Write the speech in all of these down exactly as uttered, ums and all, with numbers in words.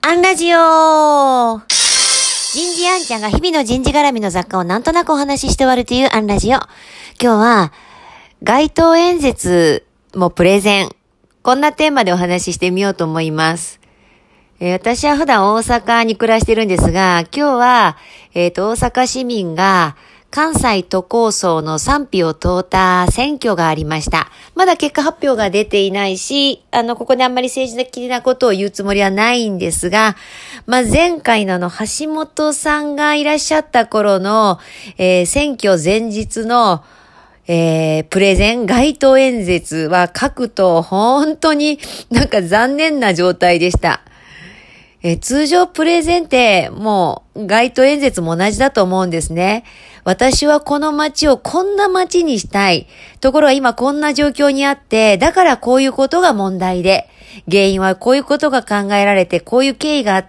アンラジオ人事アンちゃんが日々の人事絡みの雑貨をなんとなくお話しして終わるというアンラジオ。今日は街頭演説もプレゼン。こんなテーマでお話ししてみようと思います。えー、私は普段大阪に暮らしてるんですが、今日は、えっと、大阪市民が関西都構想の賛否を問うた選挙がありました。まだ結果発表が出ていないし、あの、ここであんまり政治的なことを言うつもりはないんですが、まあ、前回のあの、橋本さんがいらっしゃった頃の、えー、選挙前日の、えー、プレゼン、街頭演説は書くと本当になんか残念な状態でした。えー、通常プレゼンってもう街頭演説も同じだと思うんですね。私はこの街をこんな街にしたい。ところが今こんな状況にあって、だからこういうことが問題で、原因はこういうことが考えられて、こういう経緯があって、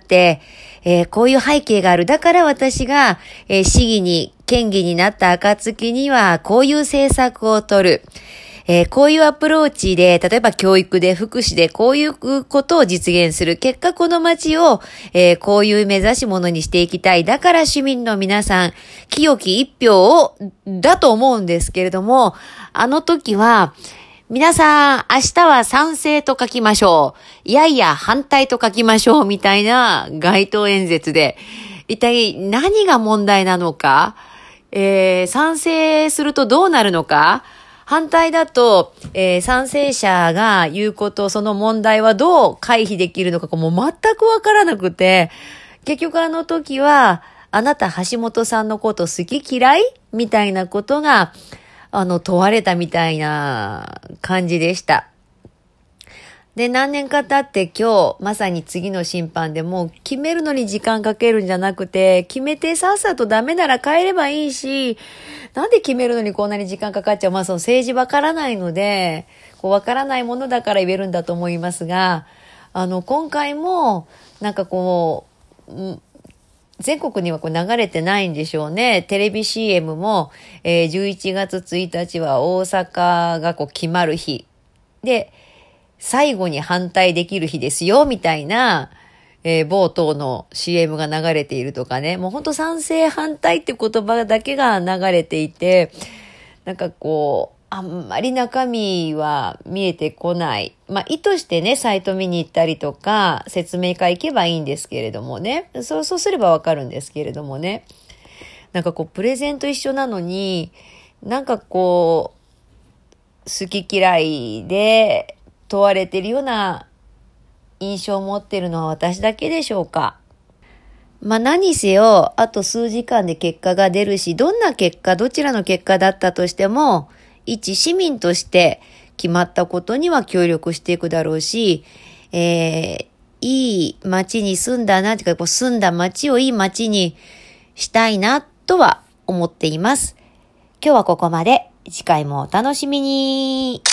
えー、こういう背景がある。だから私が、えー、市議に、県議になった暁には、こういう政策を取る。えー、こういうアプローチで、例えば教育で、福祉で、こういうことを実現する。結果、この街を、えー、こういう目指し物にしていきたい。だから市民の皆さん、清き一票を、だと思うんですけれども、あの時は、皆さん、明日は賛成と書きましょう。いやいや、反対と書きましょう。みたいな街頭演説で、一体何が問題なのか、えー、賛成するとどうなるのか、反対だと、えー、賛成者が言うこと、その問題はどう回避できるのか、もう全くわからなくて、結局あの時は、あなた橋本さんのこと好き嫌いみたいなことが、あの、問われたみたいな感じでした。で、何年か経って今日、まさに次の審判でもう決めるのに時間かけるんじゃなくて、決めてさっさとダメなら変えればいいし、なんで決めるのにこんなに時間かかっちゃう。まあその政治わからないので、こうわからないものだから言えるんだと思いますが、あの、今回も、なんかこう、全国にはこう流れてないんでしょうね。テレビ シーエム も、えー、じゅういちがつついたちは大阪がこう決まる日。で、最後に反対できる日ですよ、みたいな、えー、冒頭の シーエム が流れているとかね。もうほんと賛成反対って言葉だけが流れていて、なんかこう、あんまり中身は見えてこない。まあ、意図してね、サイト見に行ったりとか、説明会行けばいいんですけれどもね。そう、そうすればわかるんですけれどもね。なんかこう、プレゼンと一緒なのに、なんかこう、好き嫌いで問われてるような印象を持ってるのは私だけでしょうか。まあ何せよ、あと数時間で結果が出るし、どんな結果、どちらの結果だったとしても、一市民として決まったことには協力していくだろうし、えー、いい街に住んだな、というかこう住んだ街をいい街にしたいなとは思っています。今日はここまで。次回もお楽しみに。